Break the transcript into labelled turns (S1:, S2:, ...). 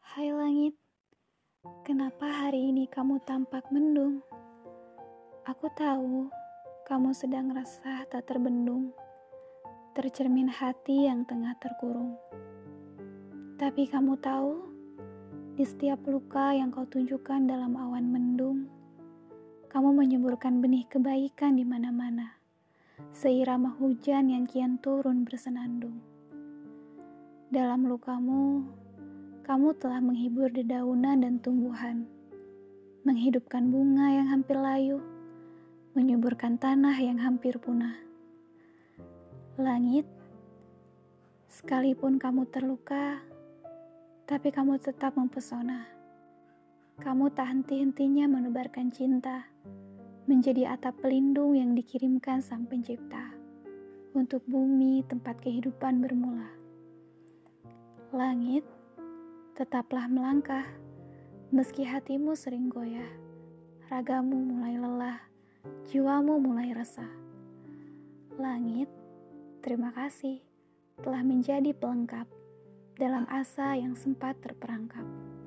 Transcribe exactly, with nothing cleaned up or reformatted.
S1: Hai langit, kenapa hari ini kamu tampak mendung? Aku tahu kamu sedang resah tak terbendung, tercermin hati yang tengah terkurung. Tapi kamu tahu, di setiap luka yang kau tunjukkan dalam awan mendung, kamu menyuburkan benih kebaikan di mana-mana, seirama hujan yang kian turun bersenandung. Dalam lukamu, kamu telah menghibur dedaunan dan tumbuhan, menghidupkan bunga yang hampir layu, menyuburkan tanah yang hampir punah. Langit, sekalipun kamu terluka, tapi kamu tetap mempesona. Kamu tak henti-hentinya menebarkan cinta, menjadi atap pelindung yang dikirimkan Sang Pencipta untuk bumi tempat kehidupan bermula. Langit, tetaplah melangkah, meski hatimu sering goyah, ragamu mulai lelah, jiwamu mulai resah. Langit, terima kasih telah menjadi pelengkap dalam asa yang sempat terperangkap.